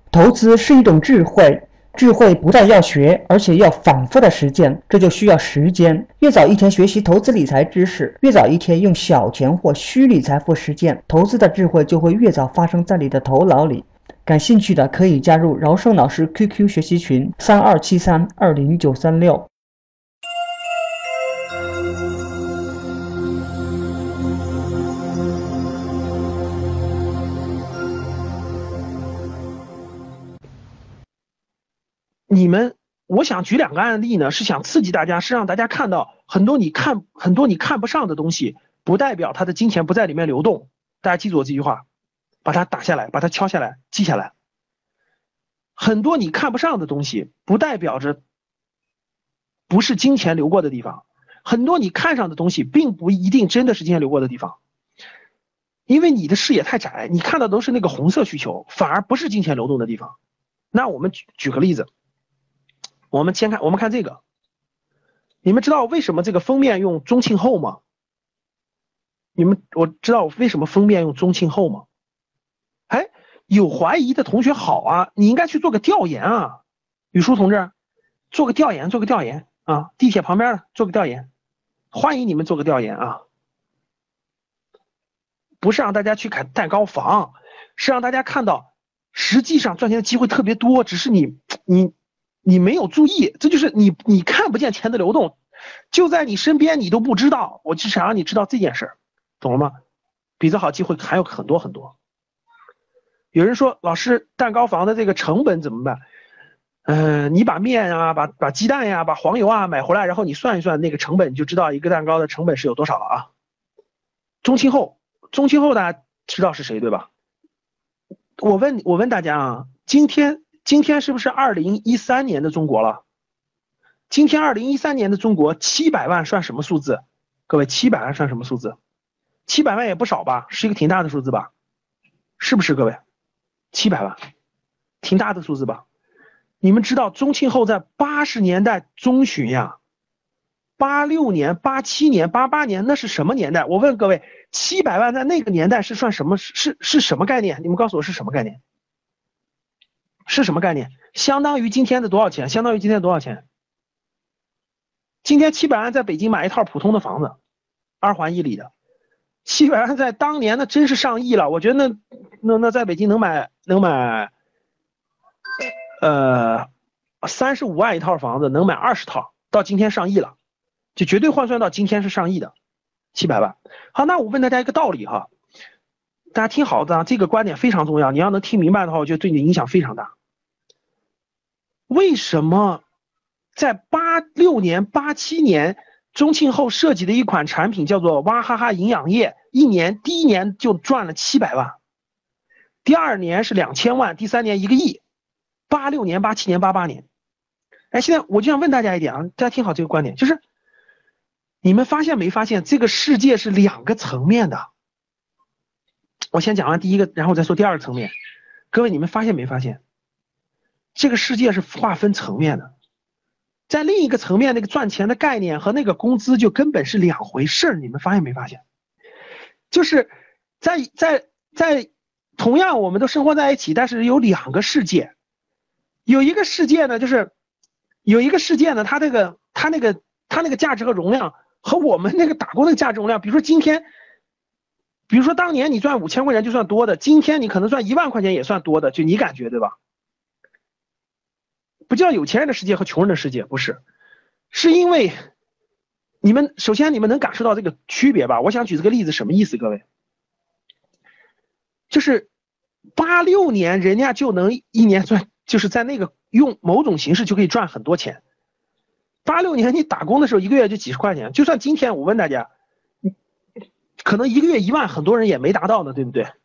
投资是一种智慧，智慧不但要学，而且要反复的实践，这就需要时间。越早一天学习投资理财知识，越早一天用小钱或虚拟财富实践，投资的智慧就会越早发生在你的头脑里。感兴趣的可以加入饶胜老师 QQ 学习群32732096。 我想举2个案例呢，是想刺激大家，是让大家看到很多你看不上的东西，不代表它的金钱不在里面流动。大家记住我这句话，把它打下来，把它敲下来，记下来。很多你看不上的东西，不代表着不是金钱流过的地方。很多你看上的东西，并不一定真的是金钱流过的地方。因为你的视野太窄，你看到都是那个红色需求，反而不是金钱流动的地方。那我们举个例子。我们看这个，你们知道为什么这个封面用宗庆后吗？我知道为什么封面用宗庆后吗？哎，有怀疑的同学好啊，你应该去做个调研啊，宇舒同志，做个调研啊，地铁旁边的做个调研，欢迎你们做个调研啊，不是让大家去看蛋糕房，是让大家看到实际上赚钱的机会特别多，只是你没有注意，这就是你看不见钱的流动，就在你身边，你都不知道。我只想让你知道这件事，懂了吗？比这好机会还有很多很多。有人说，老师，蛋糕房的这个成本怎么办？你把面啊，把鸡蛋呀，把黄油啊买回来，然后你算一算那个成本，你就知道一个蛋糕的成本是有多少了啊。宗庆后大家知道是谁对吧？我问大家啊，今天是不是2013年的中国了？今天2013年的中国700万算什么数字？各位，700万算什么数字？700万也不少吧，是一个挺大的数字吧？是不是各位？700万，挺大的数字吧？你们知道宗庆后在80年代中旬呀，86年、87年、88年那是什么年代？我问各位，700万在那个年代是算什么？是什么概念？你们告诉我是什么概念？是什么概念？相当于今天的多少钱？今天700万在北京买一套普通的房子，2环1里的，700万在当年那真是上亿了。我觉得那在北京能买35万一套房子，能买20套，到今天上亿了，就绝对换算到今天是上亿的700万。好，那我问大家一个道理哈，大家听好的，这个观点非常重要，你要能听明白的话，我觉得对你的影响非常大。为什么在86年、87年，宗庆后设计的一款产品叫做娃哈哈营养液，第一年就赚了700万，第2年是2000万，第3年1个亿，86年、87年、88年。哎，现在我就想问大家一点啊，大家听好这个观点，就是你们发现没发现，这个世界是2个层面的？我先讲完第一个，然后再说第2个层面。各位，你们发现没发现？这个世界是划分层面的，在另一个层面，那个赚钱的概念和那个工资就根本是2回事，你们发现没发现？就是在同样我们都生活在一起，但是有2个世界，有一个世界呢，它那个价值和容量和我们那个打工的价值容量，比如说当年你赚5000块钱就算多的，今天你可能赚1万块钱也算多的，就你感觉对吧？不叫有钱人的世界和穷人的世界，不是，是因为首先你们能感受到这个区别吧？我想举这个例子什么意思？各位，就是86年人家就能一年赚，就是在那个用某种形式就可以赚很多钱。86年你打工的时候1个月就几十块钱，就算今天我问大家，可能1个月1万，很多人也没达到呢，对不对？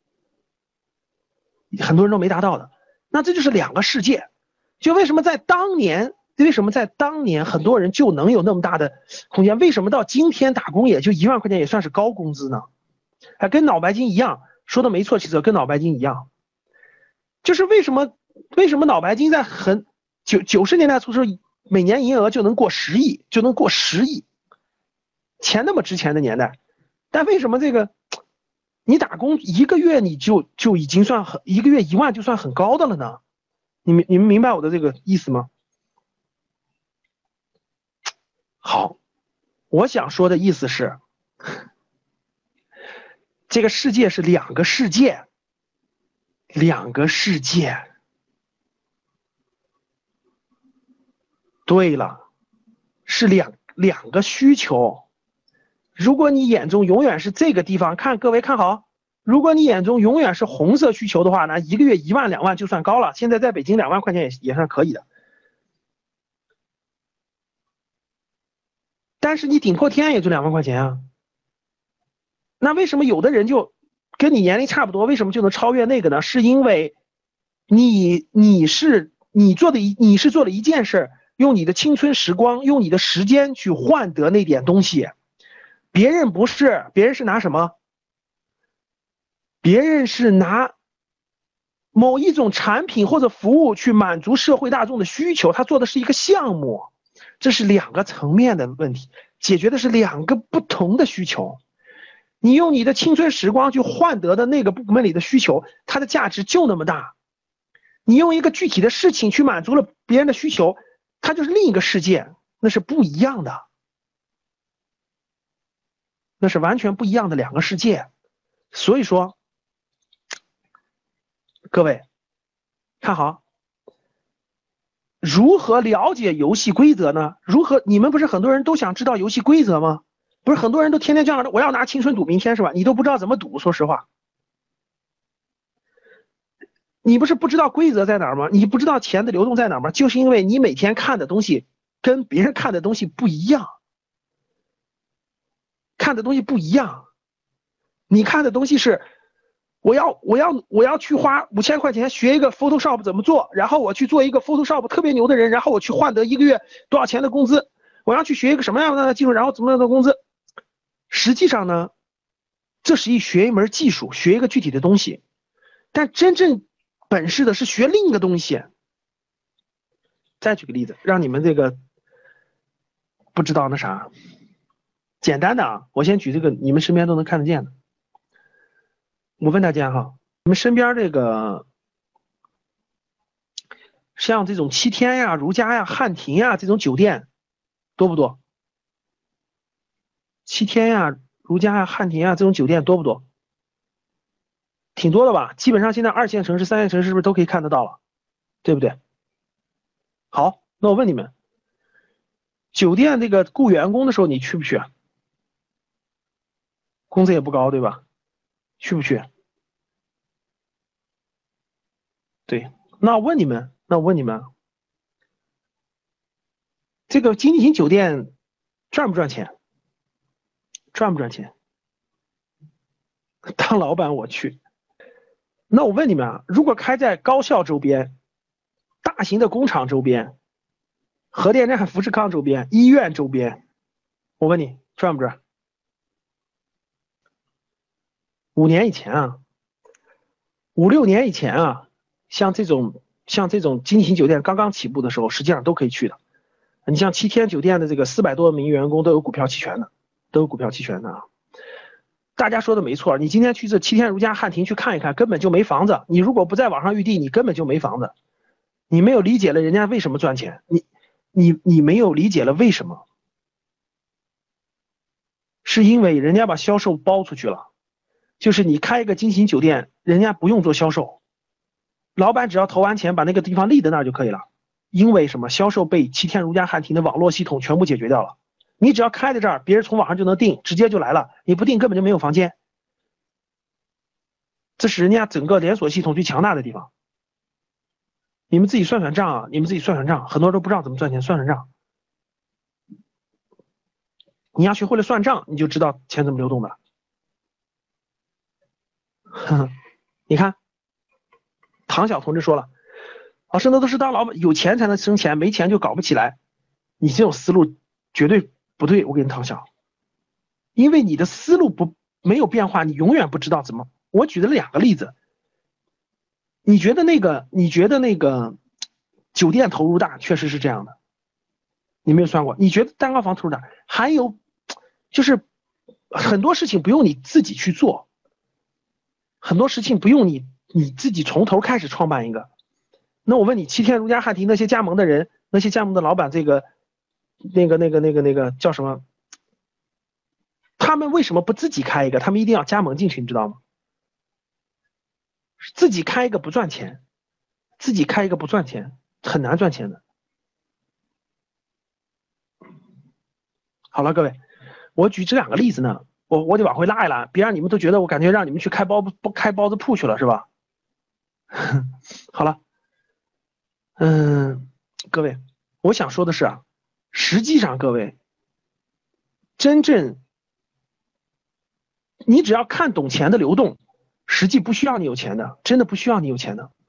很多人都没达到的，那这就是2个世界。就为什么在当年很多人就能有那么大的空间？为什么到今天打工也就1万块钱也算是高工资呢？还跟脑白金一样，说的没错，其实跟脑白金一样，就是为什么脑白金在90年代初时候每年营业额就能过10亿，钱那么值钱的年代，但为什么这个你打工一个月你就已经算一个月1万就算很高的了呢。你们明白我的这个意思吗？好，我想说的意思是，这个世界是两个世界，两个世界。对了，是两个需求。如果你眼中永远是这个地方，各位看好，如果你眼中永远是红色需求的话，那一个月1万2万就算高了。现在在北京2万块钱也算可以的。但是你顶破天也就2万块钱啊。那为什么有的人就跟你年龄差不多，为什么就能超越那个呢？是因为你是做了一件事，用你的青春时光，用你的时间去换得那点东西。别人不是，别人是拿什么？别人是拿某一种产品或者服务去满足社会大众的需求，他做的是一个项目，这是2个层面的问题，解决的是2个不同的需求。你用你的青春时光去换得的那个部门里的需求，它的价值就那么大。你用一个具体的事情去满足了别人的需求，它就是另一个世界，那是不一样的，那是完全不一样的2个世界。所以说，各位看好，如何了解游戏规则呢？你们不是很多人都想知道游戏规则吗？不是很多人都天天这样的，我要拿青春赌明天是吧？你都不知道怎么赌，说实话。你不是不知道规则在哪儿吗？你不知道钱的流动在哪儿吗？就是因为你每天看的东西跟别人看的东西不一样，看的东西不一样。你看的东西是我要去花5000块钱学一个 Photoshop 怎么做，然后我去做一个 Photoshop 特别牛的人，然后我去换得一个月多少钱的工资。我要去学一个什么样的技术，然后怎么样的工资。实际上呢，这是学一门技术，学一个具体的东西，但真正本事的是学另一个东西。再举个例子，让你们这个不知道那啥，简单的啊，我先举这个你们身边都能看得见的。我问大家哈，你们身边这个像这种7天呀、如家呀、汉庭呀这种酒店多不多？7天呀、如家呀、汉庭呀这种酒店多不多？挺多的吧？基本上现在2线城市、3线城市是不是都可以看得到了？对不对？好，那我问你们，酒店这个雇员工的时候你去不去？工资也不高，对吧？去不去？对，那我问你们，这个经济型酒店赚不赚钱？赚不赚钱？当老板我去。那我问你们啊，如果开在高校周边、大型的工厂周边、核电站、富士康周边、医院周边，我问你赚不赚？5年以前啊，5、6年以前啊，像这种经济型酒店刚刚起步的时候，实际上都可以去的。你像7天酒店的这个400多名员工都有股票期权的，啊。大家说的没错，你今天去这7天如家汉庭去看一看，根本就没房子。你如果不在网上预定，你根本就没房子。你没有理解了人家为什么赚钱，你没有理解了为什么，是因为人家把销售包出去了。就是你开一个经济型酒店，人家不用做销售，老板只要投完钱把那个地方立在那儿就可以了。因为什么？销售被7天如家汉庭的网络系统全部解决掉了。你只要开在这儿，别人从网上就能订，直接就来了。你不订根本就没有房间。这是人家整个连锁系统最强大的地方。你们自己算算账啊！很多人都不知道怎么赚钱，算算账。你要学会了算账，你就知道钱怎么流动的。你看，唐晓同志说了，老师那都是当老板，有钱才能生钱，没钱就搞不起来。你这种思路绝对不对，我给你唐晓，因为你的思路没有变化，你永远不知道怎么。我举了2个例子，你觉得那个酒店投入大，确实是这样的，你没有算过。你觉得蛋糕房投入大，还有就是很多事情不用你自己去做， 很多事情不用你自己从头开始创办一个。那我问你，七天如家汉庭那些加盟的人，那些加盟的老板，那个叫什么？他们为什么不自己开一个？他们一定要加盟进去，你知道吗？自己开一个不赚钱，自己开一个不赚钱，很难赚钱的。好了，各位，我举这2个例子呢，我得往回拉一拉，别让你们都觉得我感觉让你们去开包子铺去了，是吧？好了，各位，我想说的是啊，实际上各位，真正你只要看懂钱的流动，实际不需要你有钱的，真的不需要你有钱的，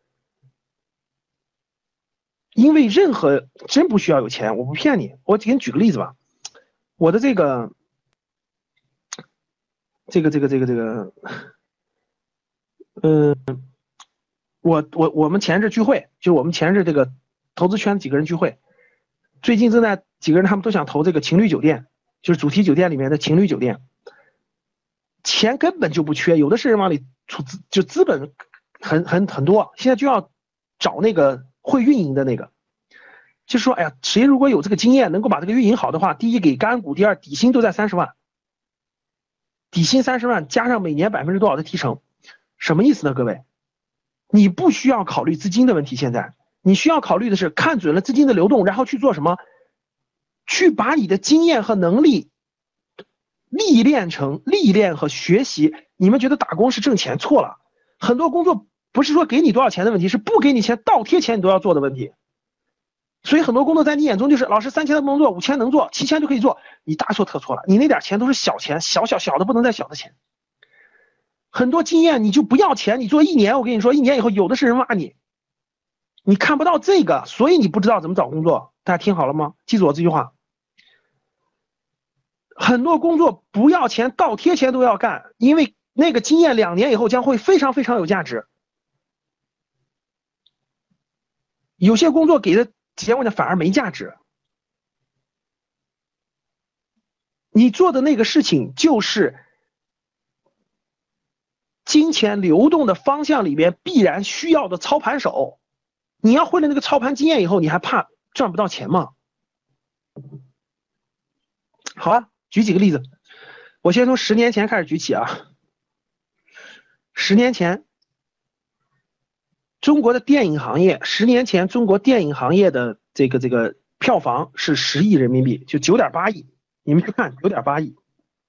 因为任何真不需要有钱，我不骗你，我给你举个例子吧，我的我们前日聚会，就是我们前日这个投资圈几个人聚会，最近正在几个人他们都想投这个情侣酒店，就是主题酒店里面的情侣酒店，钱根本就不缺，有的是人往里出资，就资本很多，现在就要找那个会运营的那个，就是说，哎呀，谁如果有这个经验，能够把这个运营好的话，第一给干股，第二底薪都在30万，底薪30万加上每年多少的提成，什么意思呢？各位，你不需要考虑资金的问题，现在你需要考虑的是看准了资金的流动，然后去做什么？去把你的经验和能力历练和学习。你们觉得打工是挣钱，错了，很多工作不是说给你多少钱的问题，是不给你钱倒贴钱你都要做的问题。所以很多工作在你眼中就是老师3000的不能做，5000能做，7000就可以做，你大错特错了，你那点钱都是小钱，小的不能再小的钱。很多经验你就不要钱，你做1年，我跟你说1年以后有的是人挖你，你看不到这个，所以你不知道怎么找工作。大家听好了吗？记住我这句话，很多工作不要钱倒贴钱都要干，因为那个经验2年以后将会非常非常有价值。有些工作给的钱呢反而没价值，你做的那个事情就是金钱流动的方向里面必然需要的操盘手，你要会了那个操盘经验以后，你还怕赚不到钱吗？好啊，举几个例子，我先从10年前开始举起啊。10年前中国的电影行业，10年前中国电影行业的这个票房是10亿人民币，就9.8亿，你们去看9.8亿。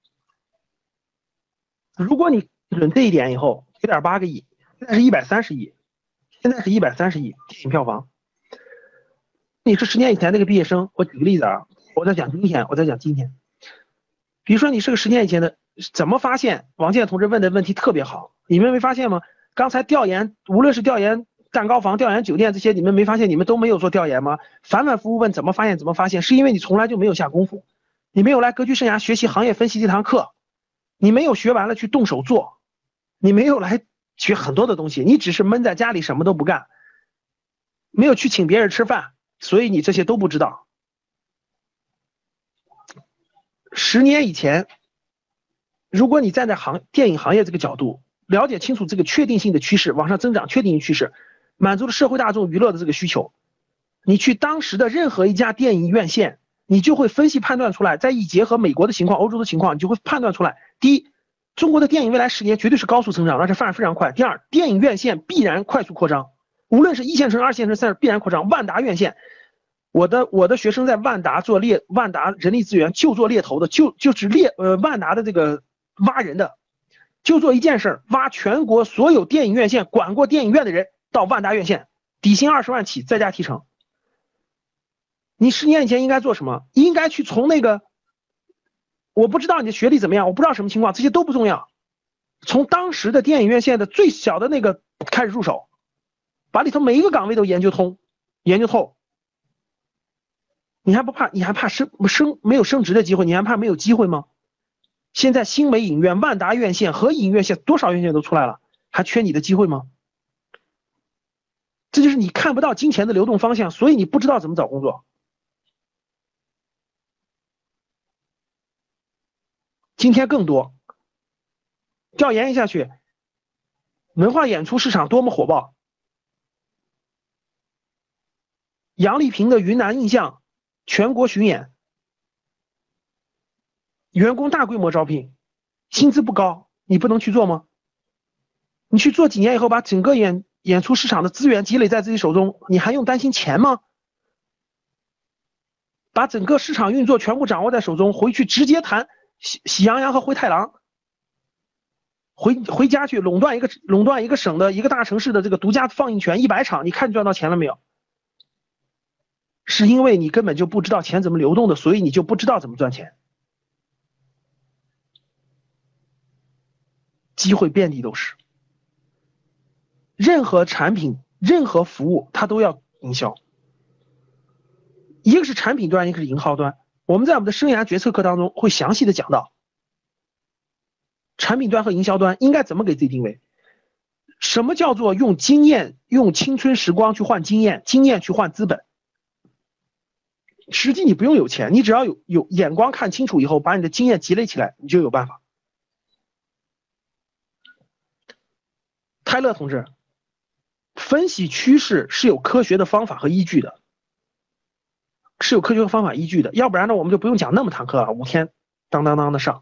如果你准这一点以后，9.8个亿，现在是130亿，现在是130亿电影票房。你是10年以前那个毕业生，我举个例子啊，我在讲今天。比如说你是个10年以前的，怎么发现？王健同志问的问题特别好，你们没发现吗？刚才调研，无论是调研蛋糕房、调研酒店这些，你们没发现你们都没有做调研吗？反反复复问怎么发现，是因为你从来就没有下功夫，你没有来格局生涯学习行业分析这堂课，你没有学完了去动手做，你没有来学很多的东西，你只是闷在家里什么都不干，没有去请别人吃饭，所以你这些都不知道。10年以前，如果你站在电影行业这个角度，了解清楚这个确定性的趋势，往上增长确定性趋势，满足了社会大众娱乐的这个需求，你去当时的任何一家电影院线，你就会分析判断出来，再一结合美国的情况、欧洲的情况，你就会判断出来，第一，中国的电影未来10年绝对是高速增长，而且发展非常快。第二，电影院线必然快速扩张，无论是1线城市、2线城市必然扩张。万达院线，我的学生在万达万达人力资源就做猎头的，就是万达的这个挖人的，就做一件事，挖全国所有电影院线管过电影院的人到万达院线，底薪20万起，再加提成。你10年以前应该做什么？应该去从那个，我不知道你的学历怎么样，我不知道什么情况，这些都不重要。从当时的电影院线的最小的那个开始入手，把里头每一个岗位都研究透。你还怕没有升职的机会？你还怕没有机会吗？现在新美影院、万达院线和影院线多少院线都出来了，还缺你的机会吗？这就是你看不到金钱的流动方向，所以你不知道怎么找工作。今天更多，调研一下去， 文化演出市场多么火爆，杨丽萍的云南印象全国巡演，员工大规模招聘，薪资不高，你不能去做吗？你去做几年以后，把整个演出市场的资源积累在自己手中，你还用担心钱吗？把整个市场运作全部掌握在手中，回去直接谈喜羊羊和灰太狼，回家去垄断一个省的一个大城市的这个独家放映权100场，你看赚到钱了没有？是因为你根本就不知道钱怎么流动的，所以你就不知道怎么赚钱。机会遍地都是，任何产品任何服务它都要营销，一个是产品端，一个是营销端。我们在我们的生涯决策课当中会详细的讲到产品端和营销端应该怎么给自己定位，什么叫做用经验用青春时光去换经验，经验去换资本。实际你不用有钱，你只要有眼光看清楚以后，把你的经验积累起来，你就有办法。泰勒同志，分析趋势是有科学的方法和依据的，是有科学的方法依据的，要不然呢我们就不用讲那么堂课了，5天当当当的上。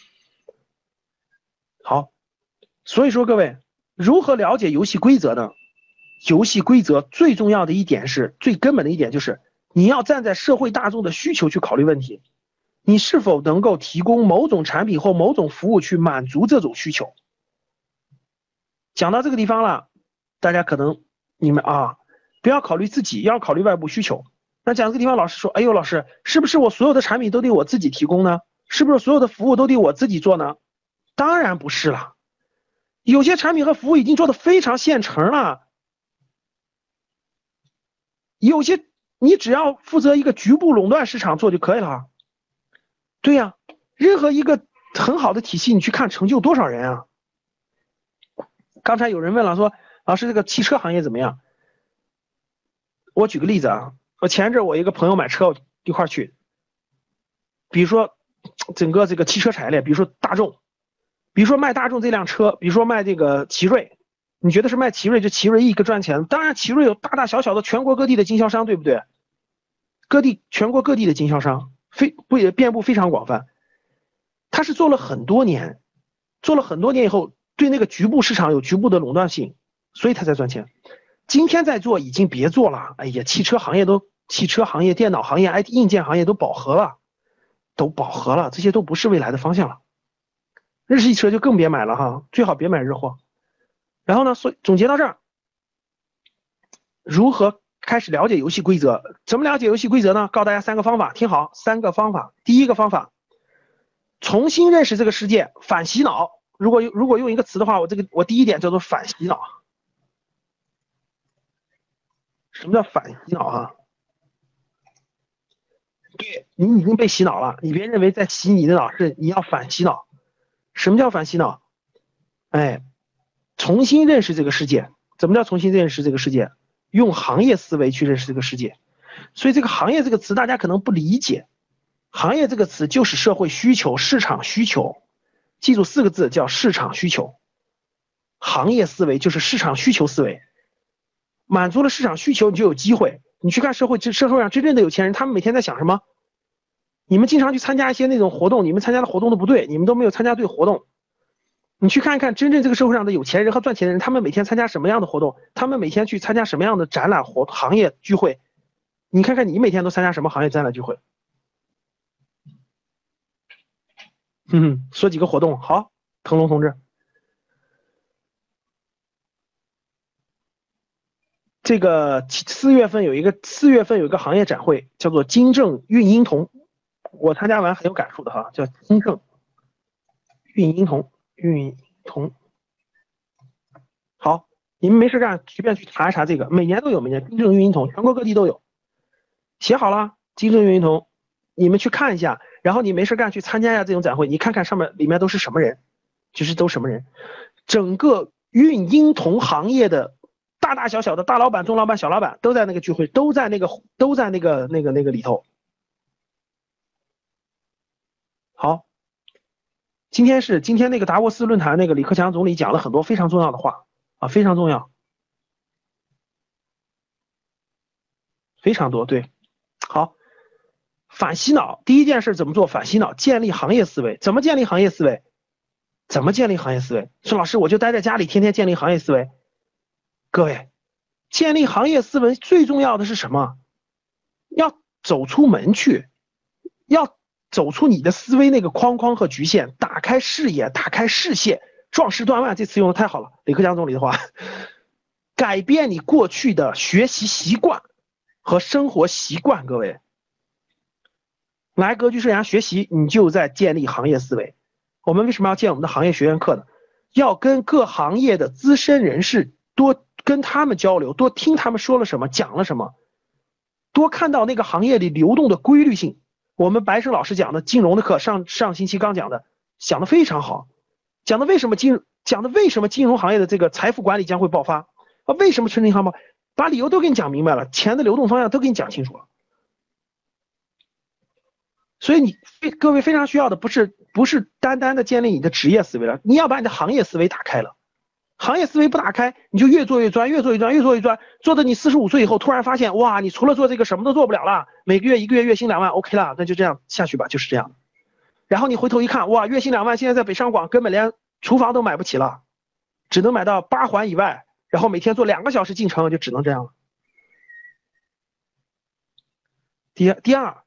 好，所以说各位，如何了解游戏规则呢？游戏规则最重要的一点是，最根本的一点就是你要站在社会大众的需求去考虑问题，你是否能够提供某种产品或某种服务去满足这种需求。讲到这个地方了，大家可能你们不要考虑自己，要考虑外部需求。那讲这个地方，老师说，哎呦老师，是不是我所有的产品都得我自己提供呢？是不是所有的服务都得我自己做呢？当然不是了，有些产品和服务已经做得非常现成了，有些你只要负责一个局部垄断市场做就可以了。对呀，任何一个很好的体系，你去看成就多少人啊？刚才有人问了，说老师这个汽车行业怎么样？我举个例子啊，我前阵我一个朋友买车，我一块去，比如说整个这个汽车产业链，比如说大众，比如说卖大众这辆车，比如说卖这个奇瑞，你觉得是卖奇瑞就奇瑞一个赚钱？当然奇瑞有大大小小的全国各地的经销商，对不对？全国各地的经销商遍布非常广泛。他是做了很多年以后，对那个局部市场有局部的垄断性，所以他才赚钱。今天在做已经别做了，哎呀，汽车行业、电脑行业、IT 硬件行业都饱和了，这些都不是未来的方向了。日系车就更别买了哈，最好别买日货。然后呢，总结到这儿，如何开始了解游戏规则？怎么了解游戏规则呢？告诉大家3个方法，听好，3个方法。第一个方法，重新认识这个世界，反洗脑。如果用一个词的话，我第一点叫做反洗脑。什么叫反洗脑啊？对，你已经被洗脑了，你别认为在洗你的脑，是你要反洗脑。什么叫反洗脑？重新认识这个世界。怎么叫重新认识这个世界？用行业思维去认识这个世界。所以这个行业这个词大家可能不理解，行业这个词就是社会需求、市场需求，记住4个字叫市场需求。行业思维就是市场需求思维，满足了市场需求，你就有机会。你去看社会上真正的有钱人，他们每天在想什么？你们经常去参加一些那种活动，你们参加的活动都不对，你们都没有参加对活动。你去看一看真正这个社会上的有钱人和赚钱的人，他们每天参加什么样的活动，他们每天去参加什么样的展览行业聚会，你看看你每天都参加什么行业展览聚会。说几个活动。好，腾龙同志，这个4月份有一个行业展会，叫做金正孕婴童，我参加完很有感触的哈，叫金正孕婴童。好，你们没事干随便去查一查这个，每年都有，金正孕婴童全国各地都有，写好了金正孕婴童，你们去看一下，然后你没事干去参加一下这种展会，你看看里面都是什么人，都什么人，整个孕婴童行业的大大小小的大老板、中老板、小老板都在那个聚会，都在那个里头。好，今天那个达沃斯论坛那个李克强总理讲了很多非常重要的话， 啊，非常重要，非常多。对，好，反洗脑，第一件事怎么做？反洗脑，建立行业思维。怎么建立行业思维？怎么建立行业思维？说老师，我就待在家里，天天建立行业思维。各位，建立行业思维最重要的是什么？要走出门去，要走出你的思维那个框框和局限，打开视野，打开视线，壮士断腕，这词用的太好了，李克强总理的话，改变你过去的学习习惯和生活习惯。各位，来格局生涯学习，你就在建立行业思维。我们为什么要建我们的行业学院课呢？要跟各行业的资深人士多跟他们交流，多听他们说了什么，讲了什么，多看到那个行业里流动的规律性。我们白生老师讲的金融的课，上星期刚讲的非常好，讲的为什么金融行业的这个财富管理将会爆发啊？为什么纯银行吗？把理由都给你讲明白了，钱的流动方向都给你讲清楚了。所以各位非常需要的不是单单的建立你的职业思维了，你要把你的行业思维打开了。行业思维不打开，你就越做越钻，做的你45岁以后突然发现，哇，你除了做这个什么都做不了了，每个月1个月月薪2万 OK 了，那就这样下去吧，就是这样。然后你回头一看，哇，月薪2万，现在在北上广根本连厨房都买不起了，只能买到8环以外，然后每天坐2个小时进城，就只能这样了。第二，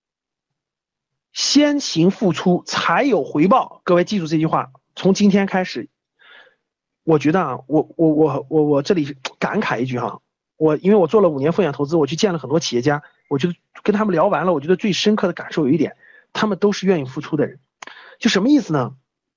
先行付出才有回报。各位记住这句话，从今天开始，我觉得啊，我这里感慨一句哈，因为我做了5年风险投资，我去见了很多企业家，我觉得跟他们聊完了，我觉得最深刻的感受有一点，他们都是愿意付出的人。就什么意思呢？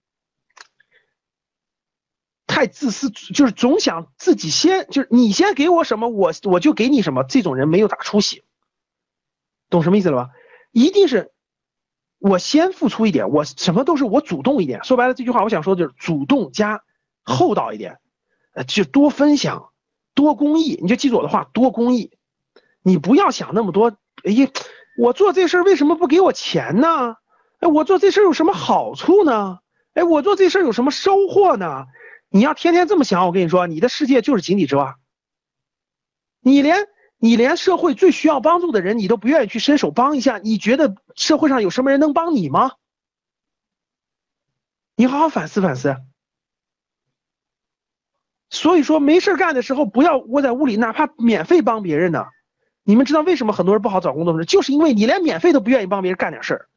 太自私，就是总想自己先，就是你先给我什么，我就给你什么，这种人没有大出息，懂什么意思了吧？一定是我先付出一点，我什么都是我主动一点。说白了，这句话我想说的就是主动加厚道一点，就多分享，多公益。你就记住我的话，多公益。你不要想那么多，哎，我做这事为什么不给我钱呢？哎，我做这事有什么好处呢？哎，我做这事有什么收获呢？你要天天这么想，我跟你说，你的世界就是井底之蛙。你连社会最需要帮助的人，你都不愿意去伸手帮一下，你觉得社会上有什么人能帮你吗？你好好反思反思。所以说没事干的时候不要窝在屋里，哪怕免费帮别人呢。你们知道为什么很多人不好找工作吗？就是因为你连免费都不愿意帮别人干点事儿。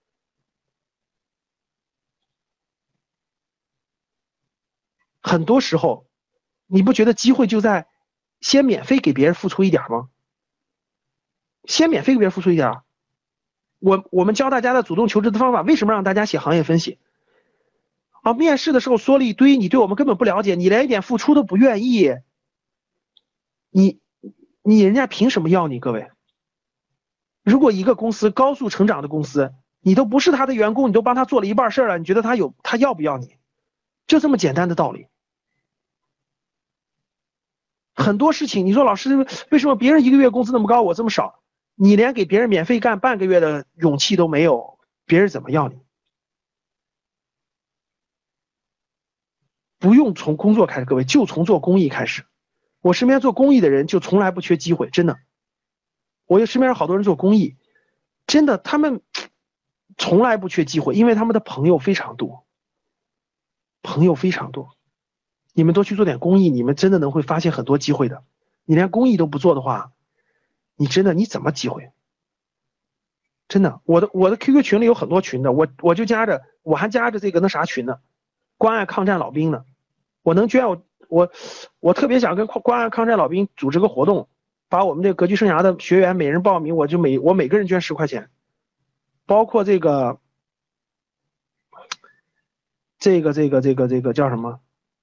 很多时候你不觉得机会就在先免费给别人付出一点吗？先免费给别人付出一点。我们教大家的主动求职的方法，为什么让大家写行业分析啊？面试的时候说了一堆，你对我们根本不了解，你连一点付出都不愿意，你人家凭什么要你？各位，如果一个公司高速成长的公司，你都不是他的员工，你都帮他做了一半事了，你觉得他要不要你？就这么简单的道理。很多事情，你说老师为什么别人1个月工资那么高，我这么少？你连给别人免费干半个月的勇气都没有，别人怎么要你？不用从工作开始，各位，就从做公益开始。我身边做公益的人就从来不缺机会，真的。我身边有好多人做公益，真的，他们从来不缺机会，因为他们的朋友非常多，你们多去做点公益，你们真的能会发现很多机会的。你连公益都不做的话，你怎么机会？真的，我的 QQ 群里有很多群的，我还加着这个那啥群呢，关爱抗战老兵呢。我能捐，我特别想跟关爱抗战老兵组织个活动，把我们这个格局生涯的学员每人报名，我每个人捐10块钱，包括这个叫什么？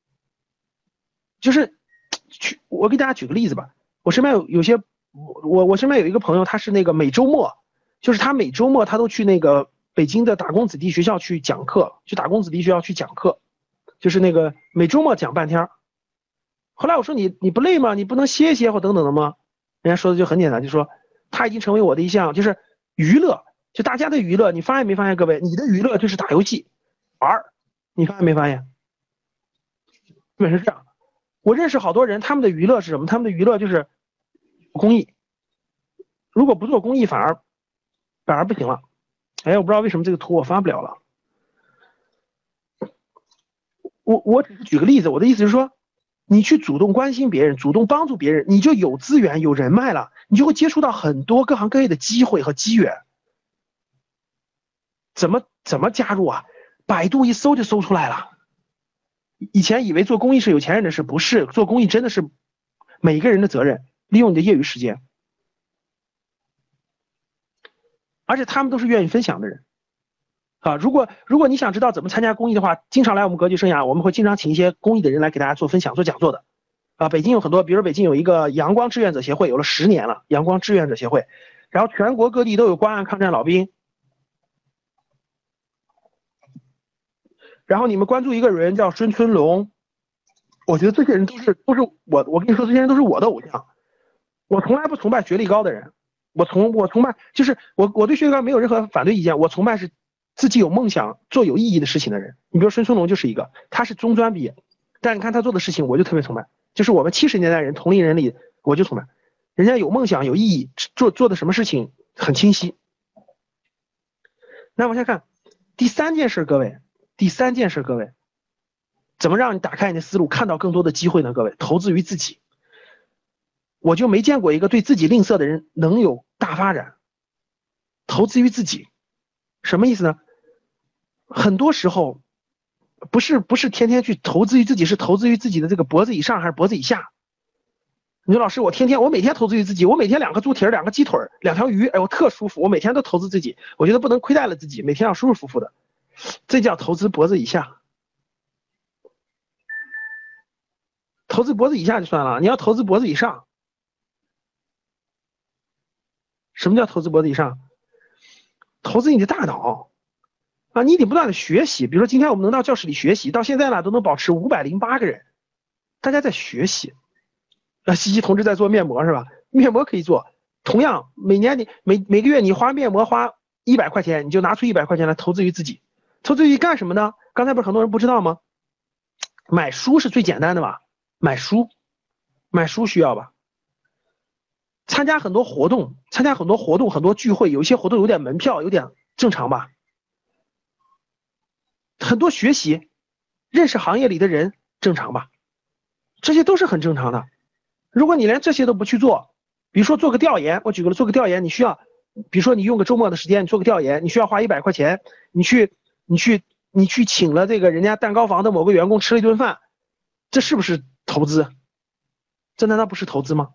就是我给大家举个例子吧，我身边有些我身边有一个朋友，他是那个每周末，就是他每周末他都去那个北京的打工子弟学校去讲课，就是那个每周末讲半天。后来我说你不累吗？你不能歇一歇或等等的吗？人家说的就很简单，就说他已经成为我的一项就是娱乐，就大家的娱乐。你发现没发现，各位，你的娱乐就是打游戏玩，你发现没发现？基本是这样。 我认识好多人，他们的娱乐是什么？他们的娱乐就是公益，如果不做公益反而不行了。哎，我不知道为什么这个图我发不了了。我只是举个例子，我的意思是说，你去主动关心别人，主动帮助别人，你就有资源有人脉了，你就会接触到很多各行各业的机会和机缘。怎么加入啊？百度一搜就搜出来了。以前以为做公益是有钱人的事，不是，做公益真的是每个人的责任，利用你的业余时间，而且他们都是愿意分享的人啊。如果你想知道怎么参加公益的话，经常来我们格局生涯，我们会经常请一些公益的人来给大家做分享、做讲座的啊。北京有很多，比如北京有一个阳光志愿者协会，有了10年了，阳光志愿者协会，然后全国各地都有关爱抗战老兵。然后你们关注一个人叫孙春龙，我觉得这些人都是我跟你说，这些人都是我的偶像。我从来不崇拜学历高的人，我崇拜就是我对学历高没有任何反对意见，我崇拜是自己有梦想做有意义的事情的人。你比如孙春龙就是一个，他是中专毕业，但你看他做的事情我就特别崇拜，就是我们70年代人同龄人里我就崇拜，人家有梦想有意义，做的什么事情很清晰。那往下看第三件事，各位，怎么让你打开你的思路，看到更多的机会呢？各位，投资于自己。我就没见过一个对自己吝啬的人能有大发展。投资于自己，什么意思呢？很多时候不是天天去投资于自己，是投资于自己的这个脖子以上还是脖子以下。你说老师，我每天投资于自己，我每天2个猪蹄儿2个鸡腿儿2条鱼，哎，我特舒服，我每天都投资自己，我觉得不能亏待了自己，每天要舒舒服服的，这叫投资脖子以下。投资脖子以下就算了，你要投资脖子以上。什么叫投资脖子以上？投资你的大脑啊，你得不断的学习。比如说今天我们能到教室里学习，到现在呢都能保持508个人，大家在学习。西西同志在做面膜是吧？面膜可以做，同样每个月你花面膜花100块钱，你就拿出100块钱来投资于自己。投资于干什么呢？刚才不是很多人不知道吗？买书是最简单的吧？买书需要吧？参加很多活动，很多聚会，有一些活动有点门票，有点正常吧？很多学习，认识行业里的人，正常吧？这些都是很正常的。如果你连这些都不去做，比如说做个调研，我举个例，做个调研，你需要，比如说你用个周末的时间做个调研，你需要花100块钱，你去请了这个人家蛋糕房的某个员工吃了一顿饭，这是不是投资？这难道不是投资吗？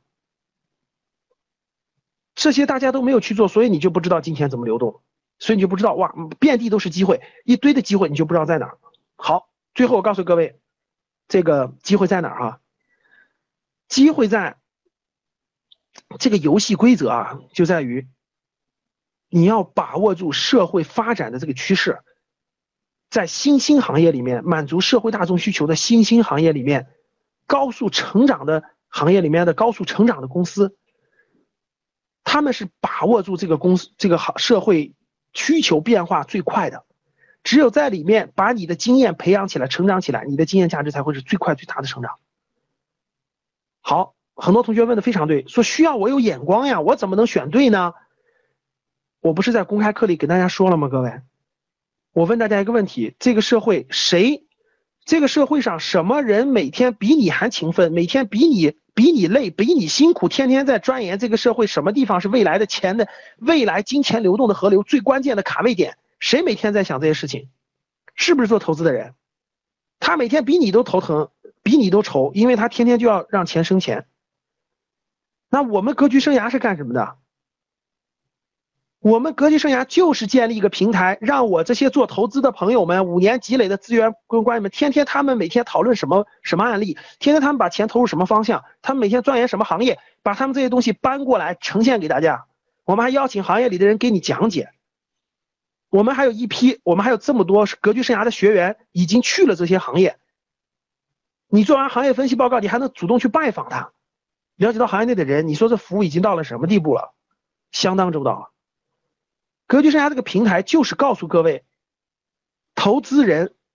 这些大家都没有去做，所以你就不知道金钱怎么流动，所以你就不知道，哇，遍地都是机会，一堆的机会，你就不知道在哪儿。好，最后我告诉各位，这个机会在哪儿啊？机会在这个游戏规则啊，就在于你要把握住社会发展的这个趋势，在新兴行业里面，满足社会大众需求的新兴行业里面，高速成长的行业里面的高速成长的公司，他们是把握住这个社会需求变化最快的。只有在里面把你的经验培养起来，成长起来，你的经验价值才会是最快最大的成长。好，很多同学问的非常对，说需要我有眼光呀，我怎么能选对呢？我不是在公开课里跟大家说了吗？各位，我问大家一个问题，这个社会上什么人每天比你还勤奋，每天比你累，比你辛苦，天天在钻研这个社会什么地方是未来金钱流动的河流最关键的卡位点，谁每天在想这些事情？是不是做投资的人？他每天比你都头疼，比你都愁，因为他天天就要让钱生钱。那我们格局生涯是干什么的？我们格局生涯就是建立一个平台，让我这些做投资的朋友们5年积累的资源跟关系们，他们每天讨论什么案例，天天他们把钱投入什么方向，他们每天钻研什么行业，把他们这些东西搬过来呈现给大家。我们还邀请行业里的人给你讲解。我们还有这么多格局生涯的学员已经去了这些行业，你做完行业分析报告，你还能主动去拜访他，了解到行业内的人，你说这服务已经到了什么地步了？相当周到了。格局生涯这个平台就是告诉各位，投资人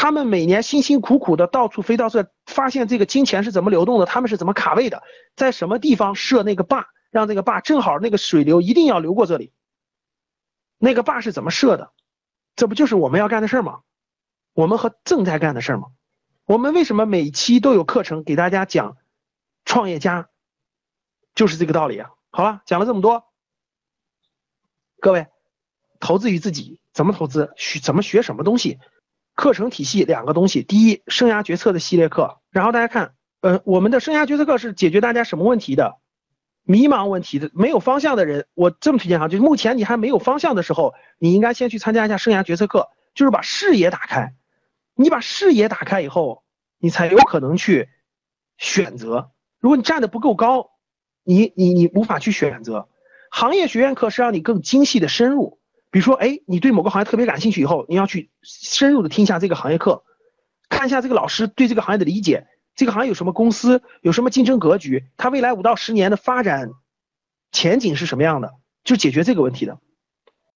他们每年辛辛苦苦的到处飞到这，发现这个金钱是怎么流动的，他们是怎么卡位的，在什么地方设那个坝，让这个坝正好那个水流一定要流过这里，那个坝是怎么设的，这不就是我们要干的事吗？我们和正在干的事吗？我们为什么每期都有课程给大家讲创业家，就是这个道理啊。好了，讲了这么多，各位，投资于自己，怎么投资，怎么学什么东西，课程体系两个东西，第一，生涯决策的系列课，然后大家看，我们的生涯决策课是解决大家什么问题的？迷茫问题的，没有方向的人，我这么推荐哈，就是目前你还没有方向的时候，你应该先去参加一下生涯决策课，就是把视野打开。你把视野打开以后，你才有可能去选择。如果你站得不够高，你无法去选择。行业学院课是让你更精细的深入，比如说，你对某个行业特别感兴趣以后，你要去深入的听一下这个行业课，看一下这个老师对这个行业的理解，这个行业有什么公司，有什么竞争格局，它未来5到10年的发展前景是什么样的，就解决这个问题的。